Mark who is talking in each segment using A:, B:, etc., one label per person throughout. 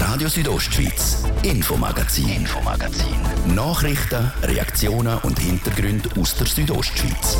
A: Radio Südostschweiz, Infomagazin. Nachrichten, Reaktionen und Hintergründe aus der Südostschweiz.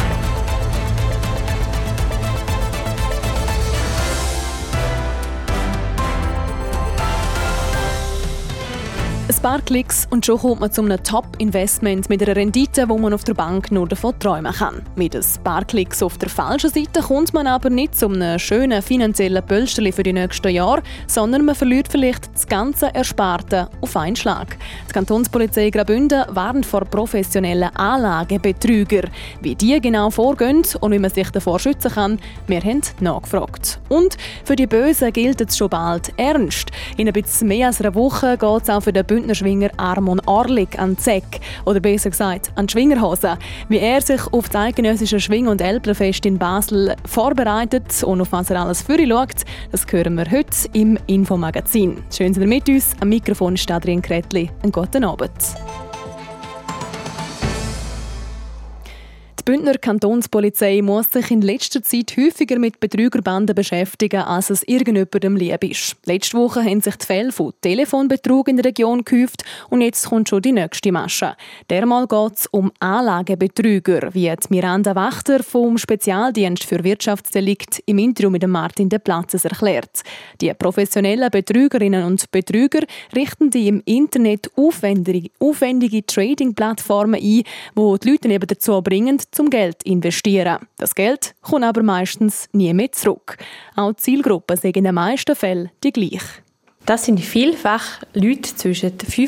B: Ein paar Klicks und schon kommt man zu einem Top-Investment mit einer Rendite, wo man auf der Bank nur davon träumen kann. Mit ein paar Klicks auf der falschen Seite kommt man aber nicht zu einem schönen finanziellen Pölsterli für die nächsten Jahre, sondern man verliert vielleicht das ganze Ersparte auf einen Schlag. Die Kantonspolizei Graubünden warnt vor professionellen Anlagebetrügern. Wie die genau vorgehen und wie man sich davor schützen kann, wir haben nachgefragt. Und für die Bösen gilt es schon bald ernst. In ein bisschen mehr als einer Woche geht es auch für den Bündner Schwinger Armon Orlik an den Zeck, oder besser gesagt an die Schwingerhose. Wie er sich auf das eidgenössische Schwing- und Älplerfest in Basel vorbereitet und auf was er alles für ihn schaut, das hören wir heute im Infomagazin. Schön, dass ihr mit uns. Am Mikrofon steht Adrian Kretli. Einen guten Abend. Die Bündner Kantonspolizei muss sich in letzter Zeit häufiger mit Betrügerbanden beschäftigen, als es irgendjemandem lieb ist. Letzte Woche haben sich die Fälle von Telefonbetrug in der Region gehäuft und jetzt kommt schon die nächste Masche. Dermal geht es um Anlagebetrüger, wie die Miranda Wachter vom Spezialdienst für Wirtschaftsdelikt im Interview mit Martin de Platzes erklärt. Die professionellen Betrügerinnen und Betrüger richten die im Internet aufwendige Trading-Plattformen ein, wo die Leute eben dazu bringen, zum Geld investieren. Das Geld kommt aber meistens nie mehr zurück. Auch die Zielgruppen sind in den meisten Fällen die gleiche.
C: Das sind vielfach Leute zwischen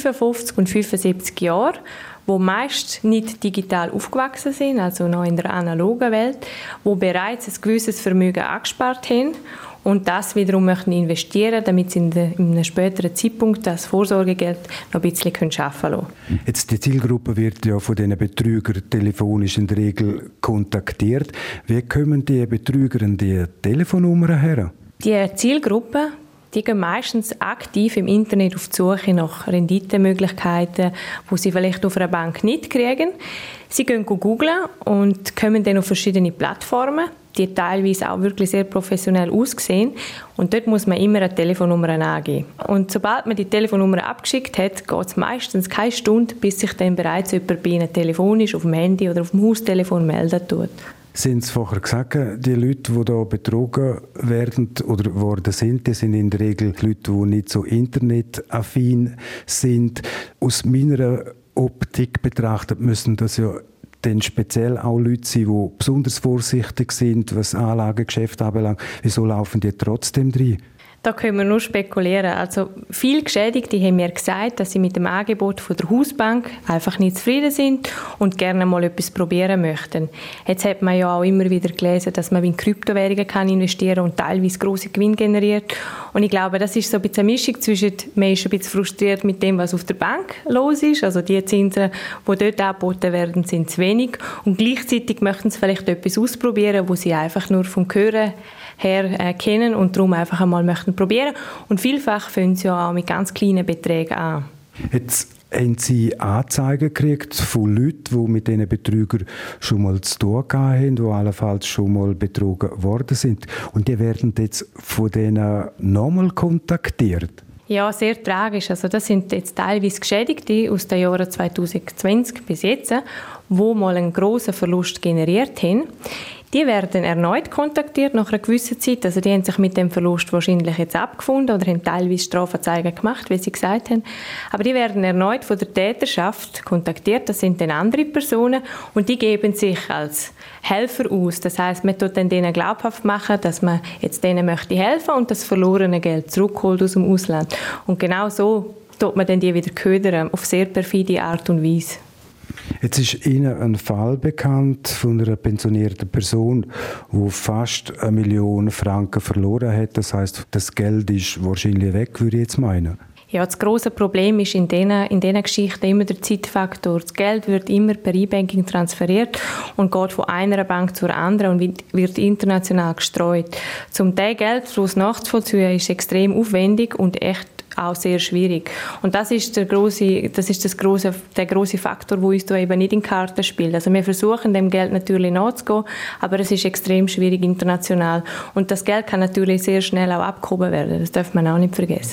C: 55 und 75 Jahren, die meist nicht digital aufgewachsen sind, also noch in der analogen Welt, die bereits ein gewisses Vermögen angespart haben und das wiederum möchten investieren, damit sie in einem späteren Zeitpunkt das Vorsorgegeld noch ein bisschen arbeiten können.
D: Jetzt die Zielgruppe wird ja von diesen Betrügern telefonisch in der Regel kontaktiert. Wie kommen die Betrüger an die Telefonnummern her? Die
C: Zielgruppe, die gehen meistens aktiv im Internet auf die Suche nach Renditemöglichkeiten, die sie vielleicht auf einer Bank nicht kriegen. Sie gehen googlen und kommen dann auf verschiedene Plattformen, die teilweise auch wirklich sehr professionell aussehen. Und dort muss man immer eine Telefonnummer angeben. Und sobald man die Telefonnummer abgeschickt hat, geht es meistens keine Stunde, bis sich dann bereits jemand bei Ihnen telefonisch auf dem Handy oder auf dem Haustelefon melden tut.
D: Sie haben es vorher gesagt, die Leute, die hier betrogen werden oder worden sind, die sind in der Regel Leute, die nicht so internetaffin sind. Aus meiner Optik betrachtet müssen das ja dann speziell auch Leute sein, die besonders vorsichtig sind, was Anlagegeschäfte anbelangt. Wieso laufen die trotzdem rein?
C: Da können wir nur spekulieren. Also viele Geschädigte haben mir gesagt, dass sie mit dem Angebot von der Hausbank einfach nicht zufrieden sind und gerne mal etwas probieren möchten. Jetzt hat man ja auch immer wieder gelesen, dass man in Kryptowährungen investieren kann und teilweise grosse Gewinn generiert. Und ich glaube, das ist so ein bisschen eine Mischung zwischen, man ist ein bisschen frustriert mit dem, was auf der Bank los ist. Also die Zinsen, die dort angeboten werden, sind zu wenig. Und gleichzeitig möchten sie vielleicht etwas ausprobieren, wo sie einfach nur vom Hören her kennen und darum einfach einmal möchten probieren. Und vielfach fangen sie ja auch mit ganz kleinen Beträgen an.
D: Jetzt haben Sie Anzeigen gekriegt von Leuten, die mit diesen Betrügern schon mal zu tun haben, die allenfalls schon mal betrogen worden sind. Und die werden jetzt von denen nochmal kontaktiert?
C: Ja, sehr tragisch. Also das sind jetzt teilweise Geschädigte aus den Jahren 2020 bis jetzt, die mal einen grossen Verlust generiert haben. Die werden erneut kontaktiert nach einer gewissen Zeit. Also die haben sich mit dem Verlust wahrscheinlich jetzt abgefunden oder haben teilweise Strafanzeigen gemacht, wie sie gesagt haben. Aber die werden erneut von der Täterschaft kontaktiert. Das sind dann andere Personen und die geben sich als Helfer aus. Das heisst, man tut dann denen glaubhaft machen, dass man jetzt denen möchte helfen und das verlorene Geld zurückholt aus dem Ausland. Und genau so tut man dann die wieder ködern, auf sehr perfide Art und Weise.
D: Jetzt ist Ihnen ein Fall bekannt von einer pensionierten Person, die fast 1 Million Franken verloren hat. Das heisst, das Geld ist wahrscheinlich weg, würde ich jetzt meinen.
C: Ja, das grosse Problem ist in diesen Geschichten immer der Zeitfaktor. Das Geld wird immer per E-Banking transferiert und geht von einer Bank zur anderen und wird international gestreut. Zum diesen Geldfluss nachzuvollziehen ist extrem aufwendig und echt auch sehr schwierig. Und das ist der grosse Faktor, der uns da eben nicht in die Karten spielt. Also wir versuchen, dem Geld natürlich nachzugehen, aber es ist extrem schwierig international. Und das Geld kann natürlich sehr schnell auch abgehoben werden. Das darf man auch nicht vergessen.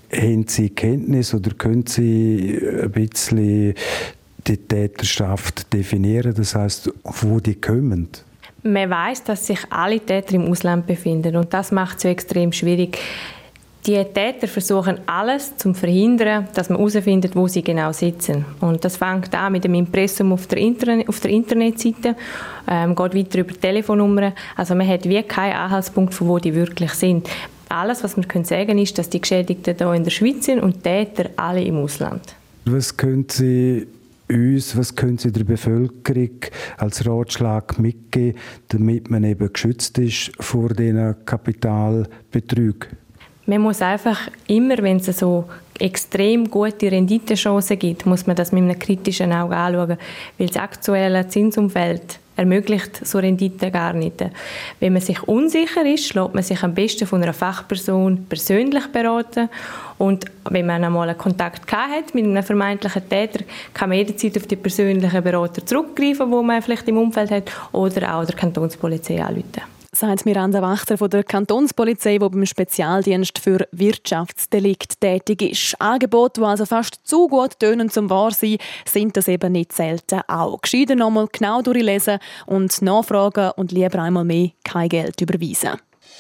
D: Haben Sie Kenntnis oder können Sie ein bisschen die Täterschaft definieren? Das heisst, wo die kommen?
C: Man weiss, dass sich alle Täter im Ausland befinden und das macht es so extrem schwierig. Die Täter versuchen alles, um zu verhindern, dass man herausfindet, wo sie genau sitzen. Und das fängt an mit dem Impressum auf der Internetseite, geht weiter über Telefonnummern. Also man hat wie keinen Anhaltspunkt, von wo die wirklich sind. Alles, was man sagen kann, ist, dass die Geschädigten hier in der Schweiz sind und die Täter alle im Ausland.
D: Was können Sie der Bevölkerung als Ratschlag mitgeben, damit man eben geschützt ist vor diesen Kapitalbetrügen?
C: Man muss einfach immer, wenn es so extrem gute Renditechancen gibt, muss man das mit einem kritischen Auge anschauen, weil das aktuelle Zinsumfeld ermöglicht so Renditen gar nicht. Wenn man sich unsicher ist, lässt man sich am besten von einer Fachperson persönlich beraten. Und wenn man einmal einen Kontakt hat mit einem vermeintlichen Täter, kann man jederzeit auf die persönlichen Berater zurückgreifen, die man vielleicht im Umfeld hat, oder auch der Kantonspolizei anrufen.
B: Sagt Miranda Wachter von der Kantonspolizei, die beim Spezialdienst für Wirtschaftsdelikt tätig ist. Angebote, die also fast zu gut tönen zum wahr sein, sind das eben nicht selten auch. Gescheiter nochmal genau durchlesen und nachfragen und lieber einmal mehr kein Geld überweisen.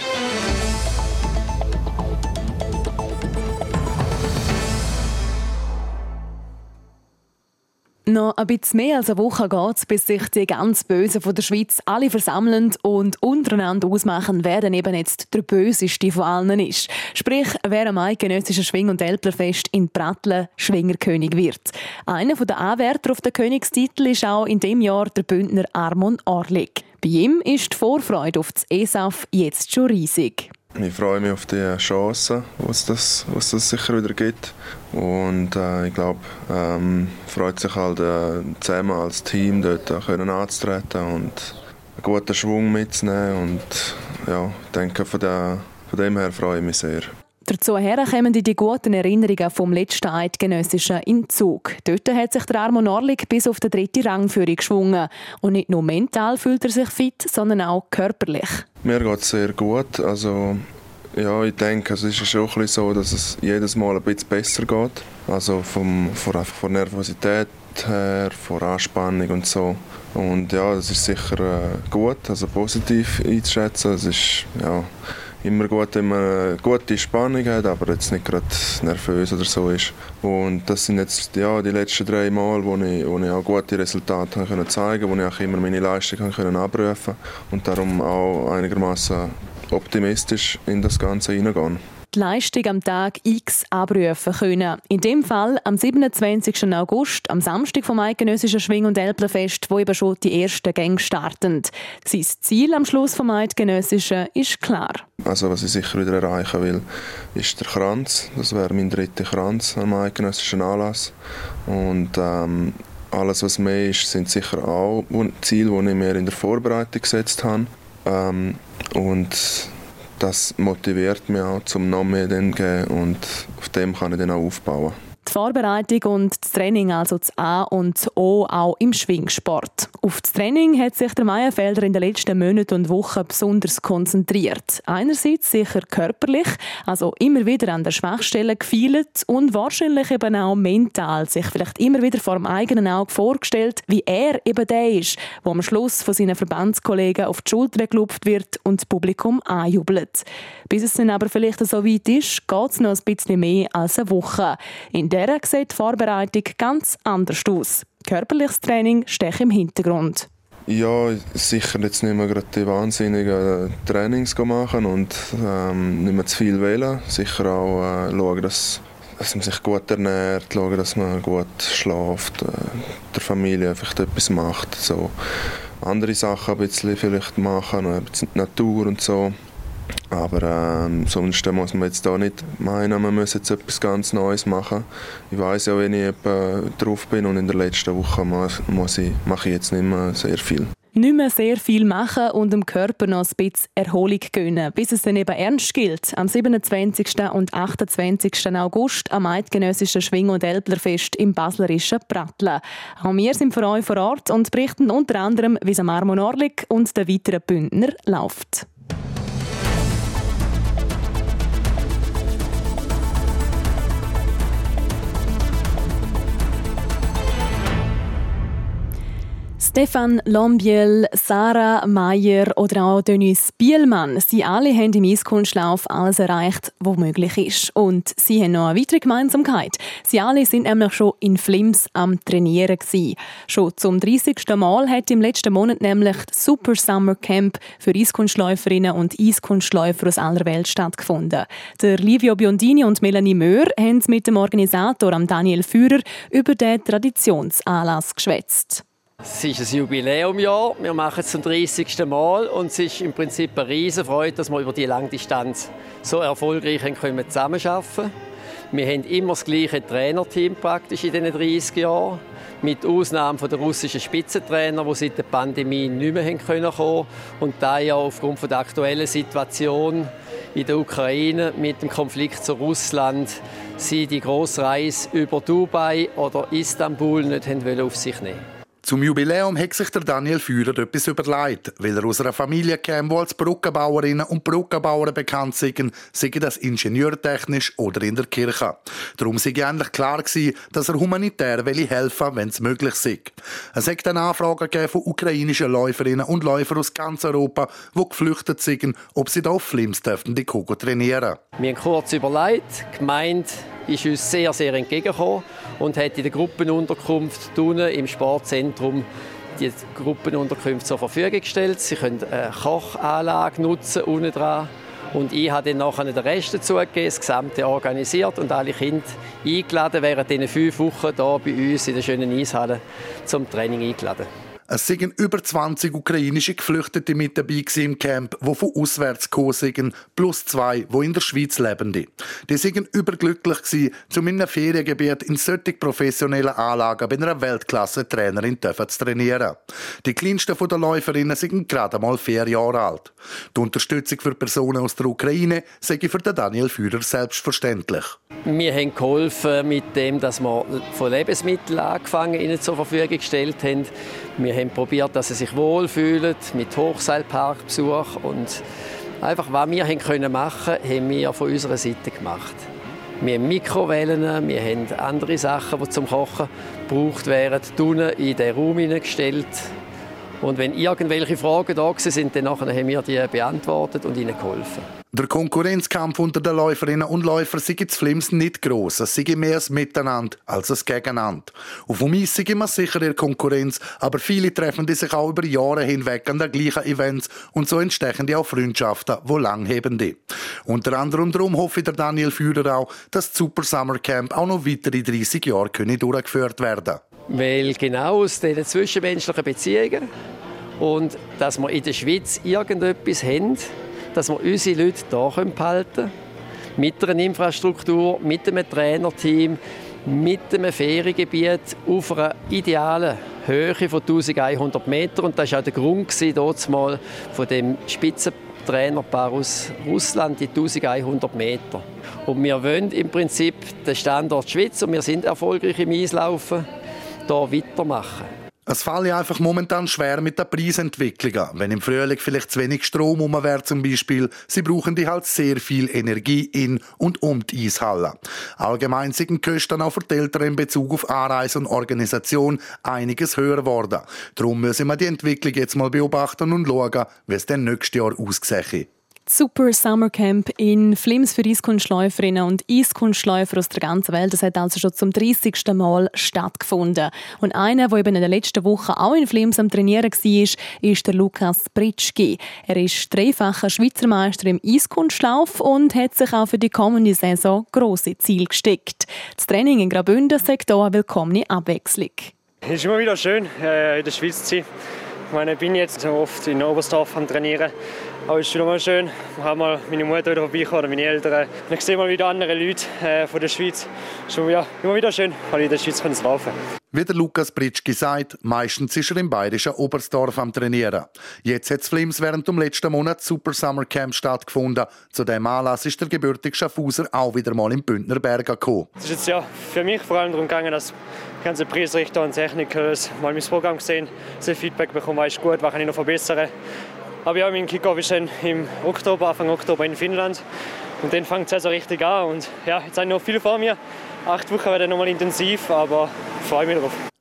B: Noch ein bisschen mehr als eine Woche geht es, bis sich die ganz Bösen von der Schweiz alle versammeln und untereinander ausmachen, wer denn eben jetzt der Böseste von allen ist. Sprich, wer am eidgenössischen Schwing- und Älplerfest in Pratteln Schwingerkönig wird. Einer der Anwärter auf den Königstitel ist auch in diesem Jahr der Bündner Armon Orlik. Bei ihm ist die Vorfreude auf das ESAF jetzt schon riesig.
E: Ich freue mich auf die Chancen, die es das sicher wieder gibt. Und ich glaube, freut sich halt zusammen als Team dort anzutreten und einen guten Schwung mitzunehmen. Und ja, ich denke, von dem her freue ich mich sehr.
B: Dazu kommen die guten Erinnerungen vom letzten Eidgenössischen in Zug. Dort hat sich der Armon Orlik bis auf die 3. Rangführung geschwungen. Und nicht nur mental fühlt er sich fit, sondern auch körperlich.
E: Mir geht es sehr gut. Also, ja, ich denke, es ist schon ein bisschen so, dass es jedes Mal ein bisschen besser geht. Also von Nervosität her, von Anspannung und so. Und ja, das ist sicher gut, also positiv einzuschätzen. Es ist ja immer gut, wenn man eine gute Spannung hat, aber jetzt nicht gerade nervös oder so ist. Und das sind jetzt ja, die letzten 3 Mal, wo ich auch gute Resultate zeigen konnte, wo ich auch immer meine Leistung abrufen konnte und darum auch einigermaßen optimistisch in das Ganze hineingehen.
B: Die Leistung am Tag X abrufen können. In dem Fall am 27. August, am Samstag vom eidgenössischen Schwing- und Älplerfest, wo eben schon die ersten Gänge starten. Sein Ziel am Schluss vom eidgenössischen ist klar.
E: Also was ich sicher wieder erreichen will, ist der Kranz. Das wäre mein 3. Kranz am eidgenössischen Anlass. Und alles was mehr ist, sind sicher auch Ziele, die ich mir in der Vorbereitung gesetzt habe. Und das motiviert mich auch, zum noch mehr zu geben und auf dem kann ich dann auch aufbauen.
B: Die Vorbereitung und das Training, also das A und das O, auch im Schwingsport. Auf das Training hat sich der Meyenfelder in den letzten Monaten und Wochen besonders konzentriert. Einerseits sicher körperlich, also immer wieder an der Schwachstelle gefeilt und wahrscheinlich eben auch mental sich vielleicht immer wieder vor dem eigenen Auge vorgestellt, wie er eben der ist, der am Schluss von seinen Verbandskollegen auf die Schulter geklopft wird und das Publikum anjubelt. Bis es dann aber vielleicht so weit ist, geht es noch ein bisschen mehr als eine Woche. In der sieht die Vorbereitung ganz anders aus. Körperliches Training steht im Hintergrund.
E: Ja, sicher jetzt nicht mehr gerade die wahnsinnigen Trainings machen und nicht mehr zu viel wählen. Sicher auch schauen, dass man sich gut ernährt, schauen, dass man gut schläft, der Familie vielleicht etwas macht. So. Andere Sachen ein bisschen vielleicht machen, ein bisschen die Natur und so. Aber sonst muss man jetzt da nicht meinen, man muss jetzt etwas ganz Neues machen. Ich weiss ja, wenn ich drauf bin und in der letzten Woche mache ich jetzt nicht mehr sehr viel.
B: Nicht mehr sehr viel machen und dem Körper noch ein bisschen Erholung gönnen, bis es dann eben ernst gilt. Am 27. und 28. August am eidgenössischen Schwing- und Älplerfest im baslerischen Pratteln. Auch wir sind für euch vor Ort und berichten unter anderem, wie es am Armon Orlik und den weiteren Bündner läuft. Stefan Lombiel, Sarah Meyer oder auch Denise Bielmann. Sie alle haben im Eiskunstlauf alles erreicht, was möglich ist. Und sie haben noch eine weitere Gemeinsamkeit. Sie alle sind nämlich schon in Flims am Trainieren gewesen. Schon zum 30. Mal hat im letzten Monat nämlich das Super Summer Camp für Eiskunstläuferinnen und Eiskunstläufer aus aller Welt stattgefunden. Der Livio Biondini und Melanie Möhr haben mit dem Organisator Daniel Führer über den Traditionsanlass geschwätzt.
F: Es ist ein Jubiläumjahr, wir machen es zum 30. Mal und es ist im Prinzip eine riesen Freude, dass wir über die Langdistanz so erfolgreich zusammenarbeiten können. Wir haben immer das gleiche Trainerteam praktisch in diesen 30 Jahren, mit Ausnahme der russischen Spitzentrainer, die seit der Pandemie nicht mehr kommen konnten und da ja aufgrund der aktuellen Situation in der Ukraine mit dem Konflikt zu Russland sie die grosse Reise über Dubai oder Istanbul nicht auf sich nehmen wollten.
G: Zum Jubiläum hat sich der Daniel Führer etwas überlegt, weil er aus einer Familie kam, die als Brückenbauerinnen und Brückenbauer bekannt sind, sei das ingenieurtechnisch oder in der Kirche. Darum sei eigentlich klar gewesen, dass er humanitär helfen will, wenn es möglich sei. Es hat eine Anfrage von ukrainischen Läuferinnen und Läufern aus ganz Europa, die geflüchtet sind, ob sie hier auf Flims die Koko trainieren.
F: Wir haben kurz überlegt, die Gemeinde ist uns sehr, sehr entgegengekommen und hat in der Gruppenunterkunft unten im Sportzentrum die Gruppenunterkunft zur Verfügung gestellt. Sie können eine Kochanlage nutzen unten dran. Und ich habe dann nachher den Rest dazugegeben, das Gesamte organisiert und alle Kinder eingeladen, während diesen 5 Wochen hier bei uns in der schönen Eishalle zum Training eingeladen.
G: Es waren über 20 ukrainische Geflüchtete mit dabei im Camp, die von auswärts gekommen sind, plus 2, die in der Schweiz leben. Die waren überglücklich gewesen, um in einem Feriengebiet in solchen professionellen Anlagen bei einer Weltklasse-Trainerin zu trainieren. Die kleinsten der Läuferinnen sind gerade mal 4 Jahre alt. Die Unterstützung für Personen aus der Ukraine sei für Daniel Führer selbstverständlich.
F: Wir haben geholfen mit dem, dass wir von Lebensmitteln angefangen ihnen zur Verfügung gestellt haben. Wir haben probiert, dass sie sich wohlfühlen mit Hochseilparkbesuch und einfach, was wir machen können, haben wir von unserer Seite gemacht. Wir haben Mikrowellen, wir haben andere Sachen, die zum Kochen gebraucht werden, unten in den Raum hineingestellt. Und wenn irgendwelche Fragen da sind, dann haben wir die beantwortet und ihnen geholfen.
G: Der Konkurrenzkampf unter den Läuferinnen und Läufern sei in Flims nicht gross. Es sei mehr ein Miteinander als ein Gegeneinander. Auf dem Eis sei immer sicher in Konkurrenz, aber viele treffen sich auch über Jahre hinweg an den gleichen Events und so entstehen auch Freundschaften, die langhebende. Unter anderem darum hoffe der Daniel Führer auch, dass das Super Summer Camp auch noch weitere 30 Jahre durchgeführt werden können.
F: Weil genau aus diesen zwischenmenschlichen Beziehungen und dass wir in der Schweiz irgendetwas haben, dass wir unsere Leute hier behalten können. Mit einer Infrastruktur, mit einem Trainerteam, mit einem Feriengebiet auf einer idealen Höhe von 1100 Metern. Und das war auch der Grund damals von dem Spitzentrainerpaar aus Russland, die 1100 Meter. Und wir wollen im Prinzip den Standort Schweiz, und wir sind erfolgreich im Eislaufen, hier weitermachen.
G: Es fällt einfach momentan schwer mit den Preisentwicklungen. Wenn im Frühling vielleicht zu wenig Strom wäre zum Beispiel, sie brauchen die halt sehr viel Energie in und um die Eishalle. Allgemein sind die Kosten auch für die Eltern in Bezug auf Anreise und Organisation einiges höher geworden. Darum müssen wir die Entwicklung jetzt mal beobachten und schauen, wie es dann nächstes Jahr aussieht.
B: Super Summer Camp in Flims für Eiskunstläuferinnen und Eiskunstläufer aus der ganzen Welt. Das hat also schon zum 30. Mal stattgefunden. Und einer, der eben in der letzten Woche auch in Flims am Trainieren war, ist der Lukas Pritschki. Er ist dreifacher Schweizer Meister im Eiskunstlauf und hat sich auch für die kommende Saison grosse Ziele gesteckt. Das Training in Graubünden sagt hier eine willkommene Abwechslung.
H: Es ist immer wieder schön, in der Schweiz zu sein. Ich bin jetzt so oft in Oberstdorf am Trainieren. Aber es ist wieder mal schön, ich habe mal meine Mutter wieder vorbeikommen oder meine Eltern. Und ich sehe mal wieder andere Leute von der Schweiz. Es ist immer wieder schön, in der Schweiz zu laufen.
G: Wie der Lukas Pritschki sagt, meistens ist er im bayerischen Oberstdorf am Trainieren. Jetzt hat Flims während dem letzten Monat Super Summer Camp stattgefunden. Zu diesem Anlass ist der gebürtige Schaffhauser auch wieder mal in Bündner Bergen gekommen.
H: Es ist jetzt für mich vor allem darum gegangen, dass die ganzen Preisrichter und Techniker mal mein Programm gesehen, sehr Feedback bekommen, was ist gut, was kann ich noch verbessern. Aber ja, mein Kickoff ist dann im Oktober, Anfang Oktober in Finnland. Und dann fängt es also richtig an. Und ja, jetzt habe ich noch viel vor mir. 8 Wochen werden nochmal intensiv, aber ich freue mich drauf.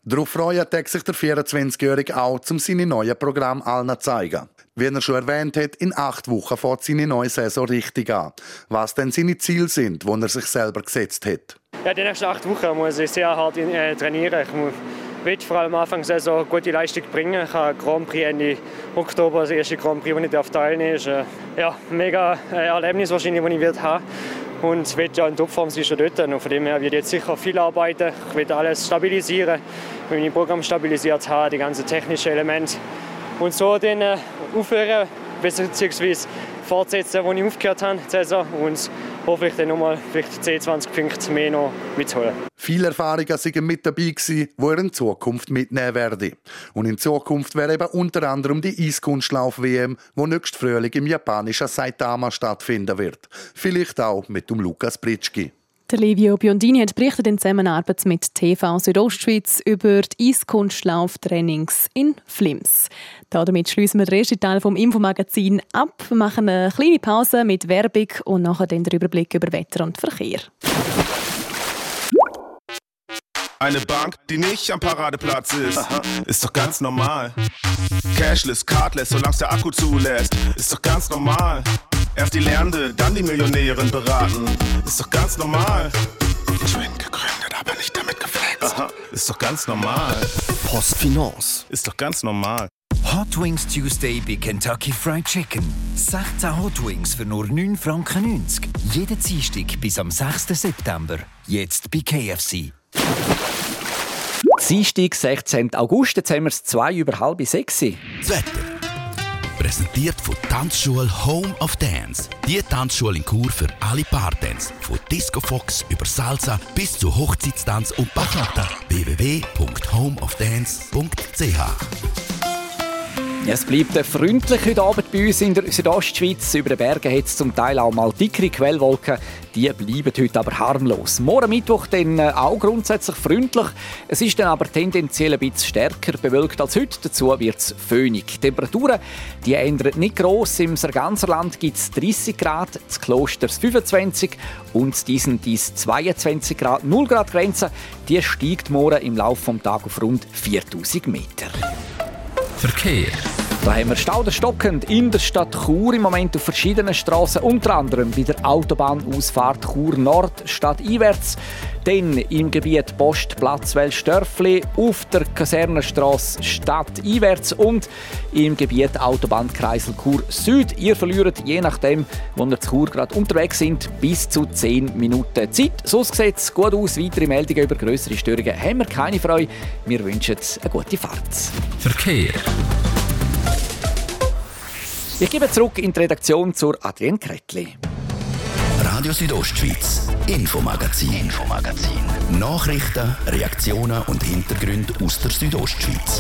G: Darauf freut sich der 24-Jährige auch, um seine neuen Programme allen zu zeigen. Wie er schon erwähnt hat, in 8 Wochen fängt seine neue Saison richtig an. Was denn seine Ziele sind, die er sich selber gesetzt hat.
H: Ja, die nächsten 8 Wochen muss ich sehr hart trainieren. Ich will vor allem am Anfang der Saison eine gute Leistung bringen. Ich habe Grand Prix Ende Oktober, das erste Grand Prix, das ich teilnehmen darf. Das ist ein mega Erlebnis, wahrscheinlich, das ich haben werde. Und ich will ja in Topform sein schon dort. Und von dem her wird jetzt sicher viel arbeiten. Ich will alles stabilisieren, mein Programm stabilisiert haben, die ganzen technischen Elemente. Und so dann aufhören, beziehungsweise fortsetzen, wo ich aufgehört habe, die Saison. Und hoffentlich dann nochmal 10, 20 Punkte mehr noch mitzuholen.
G: Viele Erfahrungen sind mit dabei gewesen, die er in Zukunft mitnehmen werde. Und in Zukunft wäre eben unter anderem die Eiskunstlauf-WM, die nächstes Frühling im japanischen Saitama stattfinden wird. Vielleicht auch mit dem Lukas Pritschki.
B: Der Livio Biondini hat berichtet in Zusammenarbeit mit TV Südostschweiz über die Eiskunstlauftrainings in Flims. Damit schließen wir den ersten Teil vom Infomagazin ab. Wir machen eine kleine Pause mit Werbung und nachher den Überblick über Wetter und Verkehr.
I: Eine Bank, die nicht am Paradeplatz ist, ist doch ganz normal. Cashless, cardless, solange der Akku zulässt, ist doch ganz normal. Erst die Lernende, dann die Millionärin beraten, ist doch ganz normal. Twin gegründet, aber nicht damit geflext. Ist doch ganz normal.
A: PostFinance.
I: Ist doch ganz normal.
J: Hot Wings Tuesday bei Kentucky Fried Chicken. 16 Hot Wings für nur 9,90 Franken. Jeden Dienstag bis am 6. September. Jetzt bei KFC.
K: Dienstag, 16. August, jetzt haben wir es 5:30.
A: Das Wetter. Präsentiert von Tanzschule Home of Dance. Die Tanzschule in Chur für alle Partens. Von Disco Fox über Salsa bis zu Hochzeitstanz und Bachata. www.homeofdance.ch.
K: Es bleibt freundlich heute Abend bei uns in der Südostschweiz. Über den Bergen hat es zum Teil auch mal dickere Quellwolken. Die bleiben heute aber harmlos. Morgen Mittwoch dann auch grundsätzlich freundlich. Es ist dann aber tendenziell ein bisschen stärker bewölkt als heute. Dazu wird es föhnig. Die Temperaturen die ändern nicht gross. Im Sarganserland gibt es 30 Grad, das Klosters 25 und diesen 22 Grad. 0 Grad Grenze die steigt morgen im Laufe des Tages auf rund 4000 Meter.
A: Verkehr.
K: Da haben wir Stau stockend in der Stadt Chur im Moment auf verschiedenen Strassen, unter anderem bei der Autobahnausfahrt Chur Nord stadteinwärts, dann im Gebiet Postplatz Welsdörfli, auf der Kasernenstrasse stadteinwärts und im Gebiet Autobahnkreisel Chur Süd. Ihr verliert, je nachdem, wo ihr zu Chur gerade unterwegs sind, bis zu 10 Minuten Zeit. So sieht es gut aus. Weitere Meldungen über grössere Störungen haben wir keine Freude. Wir wünschen eine gute Fahrt.
A: Verkehr.
K: Ich gebe zurück in die Redaktion zur Adrienne Kretli.
A: Radio Südostschweiz, Infomagazin. Nachrichten, Reaktionen und Hintergründe aus der Südostschweiz.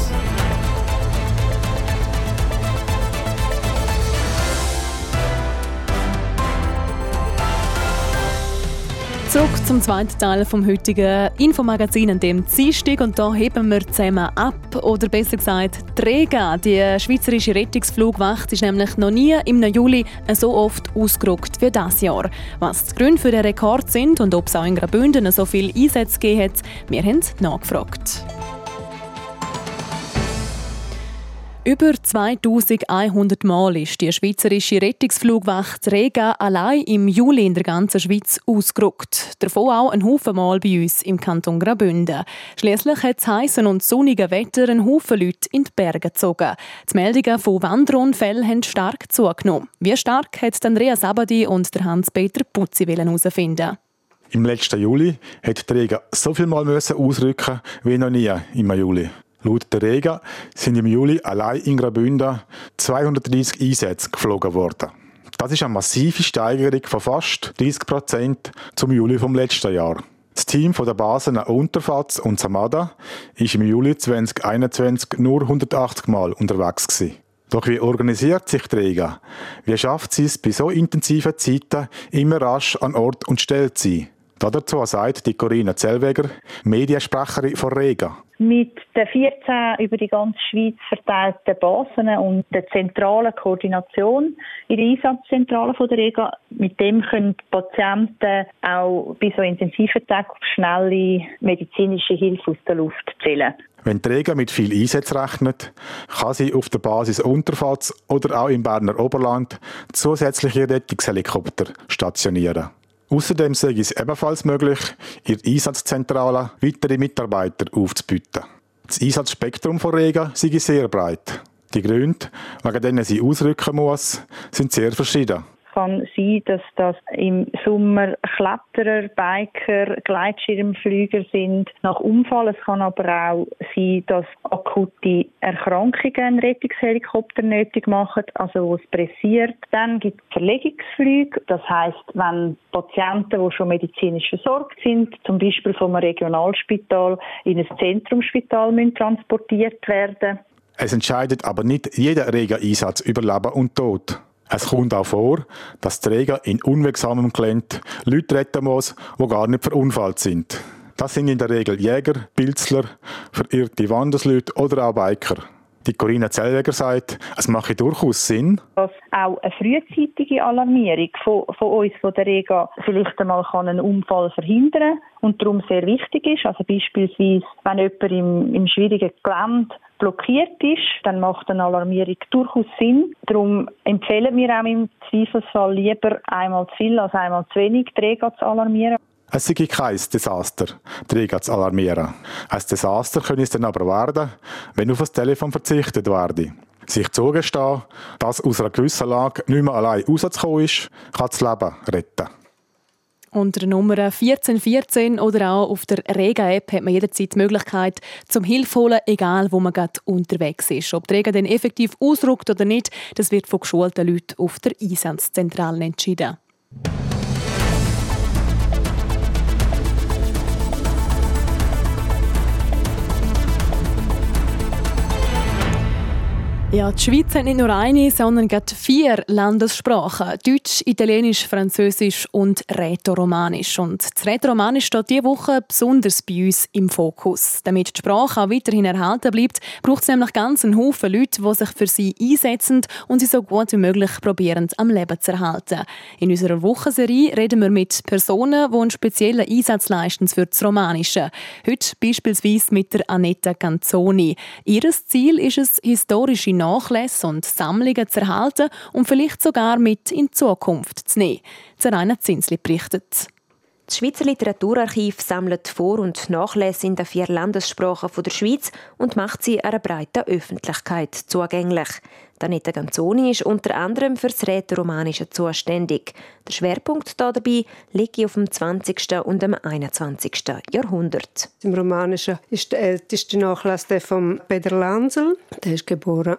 B: Zurück zum zweiten Teil vom heutigen Infomagazin an dem Dienstag. Und da heben wir zusammen ab, oder besser gesagt, die Rega, die schweizerische Rettungsflugwacht, ist nämlich noch nie im Juli so oft ausgerückt wie dieses Jahr. Was die Gründe für den Rekord sind und ob es auch in Graubünden so viele Einsätze gegeben hat, wir haben nachgefragt. Über 2100 Mal ist die schweizerische Rettungsflugwacht Rega allein im Juli in der ganzen Schweiz ausgerückt. Davon auch ein Haufen Mal bei uns im Kanton Graubünden. Schliesslich hat das heissen und sonnige Wetter einen Haufen Leute in die Berge gezogen. Die Meldungen von Wanderunfällen haben stark zugenommen. Wie stark hat Andrea Sabadi und der Hans-Peter Putzi herausfinden?
L: Im letzten Juli hat die Rega so viel Mal ausrücken wie noch nie im Juli. Laut der Rega sind im Juli allein in Graubünden 230 Einsätze geflogen worden. Das ist eine massive Steigerung von fast 30% zum Juli vom letzten Jahr. Das Team der Basen Unterfatz und Samada war im Juli 2021 nur 180 Mal unterwegs gewesen. Doch wie organisiert sich die Rega? Wie schafft sie es, bei so intensiven Zeiten immer rasch an Ort und Stelle zu sein? Dazu sagt die Corinna Zellweger, Mediensprecherin von Rega.
M: Mit den 14 über die ganze Schweiz verteilten Basen und der zentralen Koordination in der Einsatzzentrale der Rega, mit dem können die Patienten auch bei so intensiven Tagen auf schnelle medizinische Hilfe aus der Luft zählen.
L: Wenn die Rega mit viel Einsätzen rechnet, kann sie auf der Basis Unterpfalz oder auch im Berner Oberland zusätzliche Rettungshelikopter stationieren. Außerdem sei es ebenfalls möglich, in der Einsatzzentrale weitere Mitarbeiter aufzubieten. Das Einsatzspektrum von Rega sei sehr breit. Die Gründe, wegen denen sie ausrücken muss, sind sehr verschieden.
M: Es kann sein, dass das im Sommer Kletterer, Biker, Gleitschirmflüger sind nach Unfall. Es kann aber auch sein, dass akute Erkrankungen einen Rettungshelikopter nötig machen, also wo es pressiert. Dann gibt es Verlegungsflüge. Das heisst, wenn Patienten, die schon medizinisch versorgt sind, zum Beispiel vom Regionalspital in ein Zentrumsspital transportiert werden.
L: Es entscheidet aber nicht jeder Rega-Einsatz über Leben und Tod. Es kommt auch vor, dass die Rega in unwegsamem Gelände Leute retten muss, die gar nicht verunfallt sind. Das sind in der Regel Jäger, Pilzler, verirrte Wandersleute oder auch Biker. Die Corinna Zellweger sagt, es mache durchaus Sinn,
M: dass auch eine frühzeitige Alarmierung von uns, von der Rega, vielleicht einmal einen Unfall verhindern kann und darum sehr wichtig ist. Also beispielsweise, wenn jemand im schwierigen Gelände blockiert ist, dann macht eine Alarmierung durchaus Sinn. Darum empfehlen wir auch im Zweifelsfall lieber einmal zu viel als einmal zu wenig, die Rega zu alarmieren.
L: Es sei kein Desaster, die Rega zu alarmieren. Ein Desaster könnte es dann aber werden, wenn auf das Telefon verzichtet werde. Sich zugestehen, dass aus einer gewissen Lage nicht mehr allein rauszukommen ist, kann das Leben retten.
B: Unter der Nummer 1414 oder auch auf der Rega-App hat man jederzeit die Möglichkeit, zum Hilfe holen, egal wo man gerade unterwegs ist. Ob die Rega dann effektiv ausrückt oder nicht, das wird von geschulten Leuten auf der Einsatzzentrale entschieden. Ja, die Schweiz hat nicht nur eine, sondern gerade 4 Landessprachen. Deutsch, Italienisch, Französisch und Rätoromanisch. Und das Rätoromanisch steht diese Woche besonders bei uns im Fokus. Damit die Sprache auch weiterhin erhalten bleibt, braucht es nämlich ganz einen Haufen Leute, die sich für sie einsetzen und sie so gut wie möglich probieren, am Leben zu erhalten. In unserer Wochenserie reden wir mit Personen, die einen speziellen Einsatz leisten für das Romanische. Heute beispielsweise mit der Annetta Canzoni. Ihr Ziel ist es, historische Nachlässe und Sammlungen zu erhalten und vielleicht sogar mit in die Zukunft zu nehmen. Zeraina Zinsli berichtet.
N: Das Schweizer Literaturarchiv sammelt Vor- und Nachlässe in den 4 Landessprachen der Schweiz und macht sie einer breiten Öffentlichkeit zugänglich. Annetta Canzoni ist unter anderem für das Rätoromanische zuständig. Der Schwerpunkt dabei liegt auf dem 20. und dem 21. Jahrhundert.
O: Im Romanischen ist der älteste Nachlass der von Peter Lansel. Der ist geboren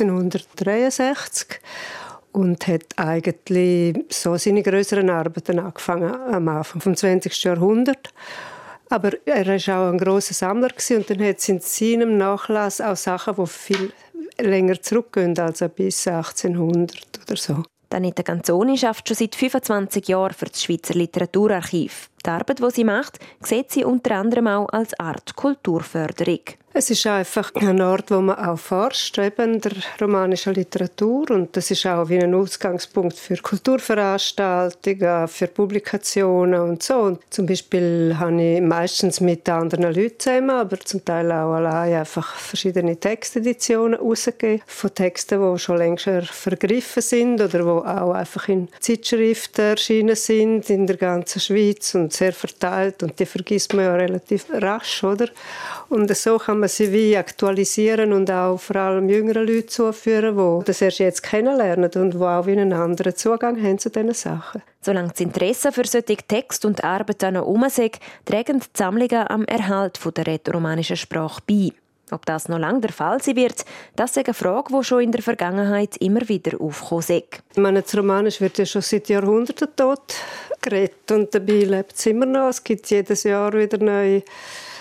O: 1863 und hat eigentlich so seine grösseren Arbeiten angefangen am Anfang des 20. Jahrhunderts. Aber er war auch ein grosser Sammler und dann hat es in seinem Nachlass auch Sachen, die viel länger zurückgehen, also bis 1800 oder so.
N: Annetta Canzoni arbeitet schon seit 25 Jahren für das Schweizer Literaturarchiv. Die Arbeit, die sie macht, sieht sie unter anderem auch als Art Kulturförderung.
O: Es ist einfach ein Ort, wo man auch forscht, eben der romanischen Literatur. Und das ist auch wie ein Ausgangspunkt für Kulturveranstaltungen, für Publikationen und so. Und zum Beispiel habe ich meistens mit anderen Leuten zusammen, aber zum Teil auch allein einfach verschiedene Texteditionen herausgegeben. Von Texten, die schon längst vergriffen sind oder die auch einfach in Zeitschriften erschienen sind in der ganzen Schweiz und sehr verteilt. Und die vergisst man ja relativ rasch, oder? Und so kann man sie wie aktualisieren und auch vor allem jüngeren Leuten zuführen, die das erst jetzt kennenlernen und die auch wie einen anderen Zugang haben zu diesen Sachen.
N: Solange das Interesse für solche Texte und Arbeiten noch herum ist, tragen die Sammlungen am Erhalt der rätoromanischen Sprache bei. Ob das noch lange der Fall sein wird, das ist eine Frage, die schon in der Vergangenheit immer wieder aufgekommen ist.
O: Ich meine, das Romanisch wird ja schon seit Jahrhunderten tot geredet und dabei lebt es immer noch. Es gibt jedes Jahr wieder neue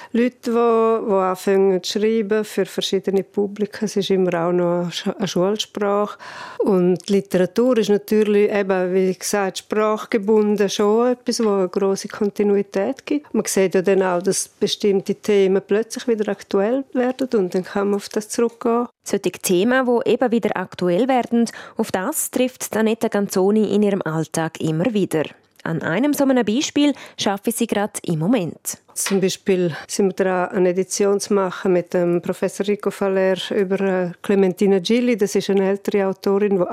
O: Leute, die anfangen zu schreiben für verschiedene Publiken. Es ist immer auch noch eine Schulsprache. Und Literatur ist natürlich eben, wie gesagt, sprachgebunden schon etwas, wo eine grosse Kontinuität gibt. Man sieht ja dann auch, dass bestimmte Themen plötzlich wieder aktuell werden und dann kann man auf das zurückgehen.
N: Solche Themen, die eben wieder aktuell werden, auf das trifft Annetta Ganzoni in ihrem Alltag immer wieder. An einem so einem Beispiel arbeiten sie gerade im Moment.
O: Zum Beispiel sind wir dran, eine Edition zu machen mit dem Professor Rico Faller über Clementina Gilli. Das ist eine ältere Autorin, die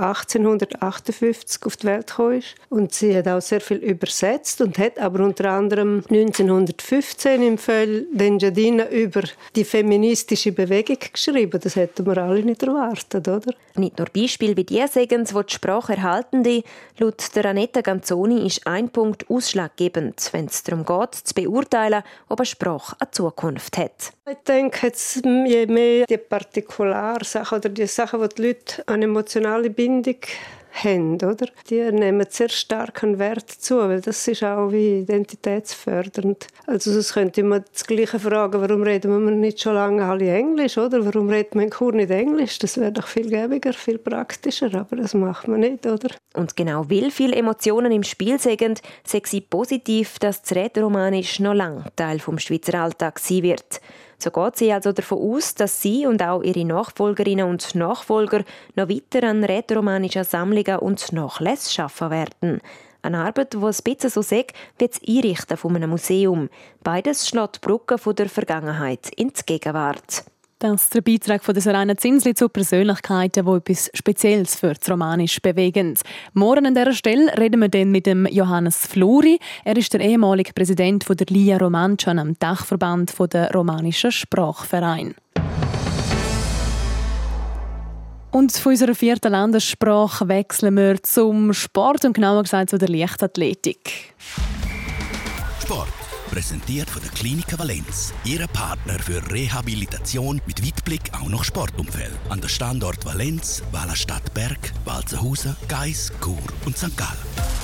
O: 1858 auf die Welt gekommen ist. Und sie hat auch sehr viel übersetzt und hat aber unter anderem 1915 im Fall d'Engiadina über die feministische Bewegung geschrieben. Das hätten wir alle nicht erwartet, oder?
N: Nicht nur Beispiele wie die sagen, wo die Sprache erhalten. Laut der Annetta Ganzoni ist ein Punkt ausschlaggebend, wenn es darum geht, zu beurteilen, ob eine Sprache eine Zukunft hat.
O: Ich denke, jetzt, je mehr die Partikularsachen oder die Sachen, die die Leute eine emotionale Bindung haben, oder? Die nehmen sehr stark an Wert zu, weil das ist auch wie identitätsfördernd. Also sonst könnte man das Gleiche fragen, warum reden wir nicht schon lange alle Englisch, oder? Warum redet man in Chur nicht Englisch? Das wäre doch viel gäbiger, viel praktischer, aber das macht man nicht, oder?
N: Und genau weil viele Emotionen im Spiel sind, sagt sie positiv, dass das Rätoromanisch noch lange Teil des Schweizer Alltags sein wird. So geht sie also davon aus, dass sie und auch ihre Nachfolgerinnen und Nachfolger noch weiter an rätoromanischen Sammlungen und Nachlässen arbeiten werden. Eine Arbeit, die ein bisschen so sagt, wie das Einrichten von einem Museum. Beides schlägt die Brücke von der Vergangenheit in die Gegenwart.
B: Das ist der Beitrag von Sarayna Zinsli zu Persönlichkeiten, die etwas Spezielles für das Romanisch bewegen. Morgen an dieser Stelle reden wir dann mit dem Johannes Fluri. Er ist der ehemalige Präsident der Lia Romancia, am Dachverband der romanischen Sprachverein. Und von unserer 4. Landessprache wechseln wir zum Sport und genauer gesagt zu der Leichtathletik.
A: Sport. Präsentiert von der Klinik Valenz. Ihr Partner für Rehabilitation mit Weitblick auch noch Sportumfeld. An der Standort Valenz, Wallerstadt Berg, Walzenhausen, Geis, Chur und St. Gallen.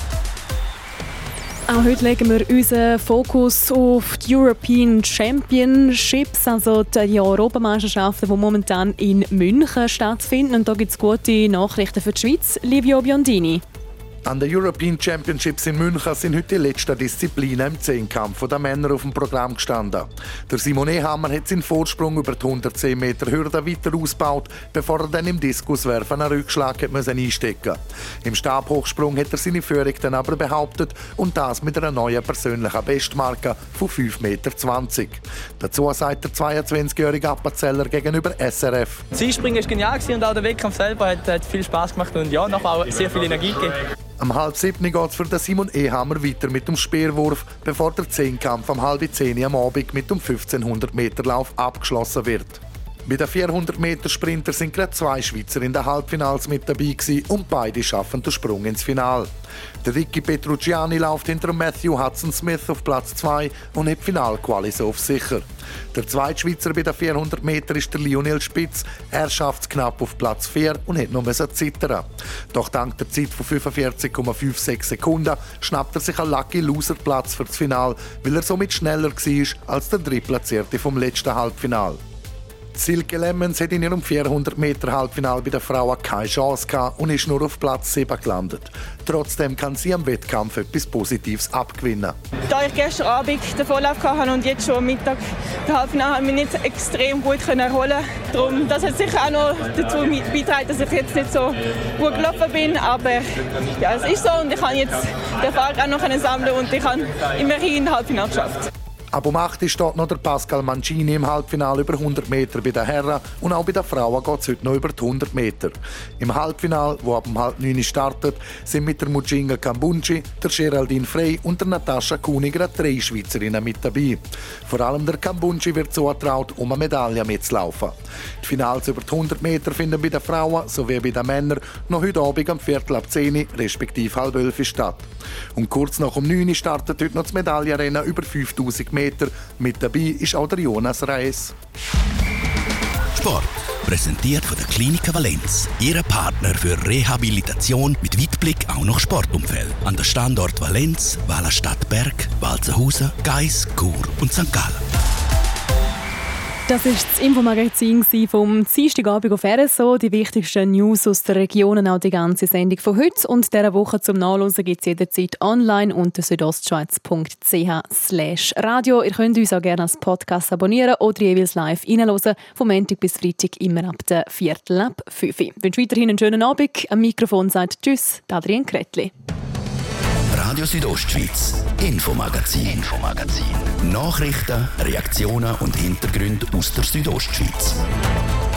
B: Auch heute legen wir unseren Fokus auf die European Championships, also die Europameisterschaften, die momentan in München stattfinden. Und da gibt es gute Nachrichten für die Schweiz. Livio Biondini.
G: An den European Championships in München sind heute die letzten Disziplinen im Zehnkampf der Männer auf dem Programm gestanden. Der Simon Ehammer hat seinen Vorsprung über die 110 Meter Hürde weiter ausgebaut, bevor er dann im Diskuswerfen einen Rückschlag einstecken musste. Im Stabhochsprung hat er seine Führung dann aber behauptet und das mit einer neuen persönlichen Bestmarke von 5,20 Meter. Dazu sagt der 22-jährige Appenzeller gegenüber SRF.
P: Das Einspringen war genial und auch der Wettkampf selber hat viel Spass gemacht und ja, nachher auch sehr viel Energie gegeben.
G: Am 6:30 geht es für den Simon Ehammer weiter mit dem Speerwurf, bevor der Zehnkampf am 9:30 am Abend mit dem 1500 Meter Lauf abgeschlossen wird. Bei den 400 Meter Sprinter sind gerade 2 Schweizer in den Halbfinals mit dabei gewesen und beide schaffen den Sprung ins Finale. Der Ricky Petrucciani läuft hinter Matthew Hudson-Smith auf Platz 2 und hat Finalquali so auf sicher. Der zweite Schweizer bei den 400 Meter ist der Lionel Spitz. Er schafft es knapp auf Platz 4 und hat noch zittern. Doch dank der Zeit von 45,56 Sekunden schnappt er sich einen Lucky-Loser-Platz für das Finale, weil er somit schneller war als der Drittplatzierte vom letzten Halbfinale. Silke Lemmens hat in ihrem 400 Meter Halbfinale bei den Frauen keine Chance gehabt und ist nur auf Platz 7 gelandet. Trotzdem kann sie am Wettkampf etwas Positives abgewinnen.
Q: Da ich gestern Abend den Vorlauf hatte und jetzt schon am Mittag den Halbfinale, habe ich mich nicht extrem gut erholen. Darum, das hat sicher auch noch dazu beigetragen, dass ich jetzt nicht so gut gelaufen bin. Aber ja, es ist so und ich kann jetzt die Erfahrung auch noch sammeln und ich habe immerhin ein Halbfinale geschafft.
G: Ab um 8 steht noch der Pascal Mancini im Halbfinale über 100 Meter bei den Herren und auch bei den Frauen geht es heute noch über die 100 Meter. Im Halbfinale, wo ab um 8:30 startet, sind mit der Mujinga Kambunji, der Geraldine Frey und der Natascha Kunig 3 Schweizerinnen mit dabei. Vor allem der Kambunji wird zugetraut, um eine Medaille mitzulaufen. Die Finals über die 100 Meter finden bei den Frauen sowie bei den Männern noch heute Abend am 10:15 respektive 10:30 statt. Und kurz nach um 9 startet heute noch das Medaillenrennen über 5000 Meter. Mit dabei ist auch der Jonas Reis.
A: Sport. Präsentiert von der Klinik Valenz. Ihr Partner für Rehabilitation mit Weitblick auch noch Sportumfeld. An der Standort Valenz, Wallerstadt Berg, Walzenhausen, Geis, Chur und St. Gallen.
B: Das war das Infomagazin vom Dienstagabend auf RSO. Die wichtigsten News aus der Region und auch die ganze Sendung von heute und dieser Woche zum Nachlesen gibt es jederzeit online unter südostschweiz.ch/radio. Ihr könnt uns auch gerne als Podcast abonnieren oder jeweils live reinhören. Vom Montag bis Freitag immer ab der 4:05. Ich wünsche weiterhin einen schönen Abend. Am Mikrofon sagt Tschüss, Adrian Kretli.
A: Radio Südostschweiz, Infomagazin. Nachrichten, Reaktionen und Hintergründe aus der Südostschweiz.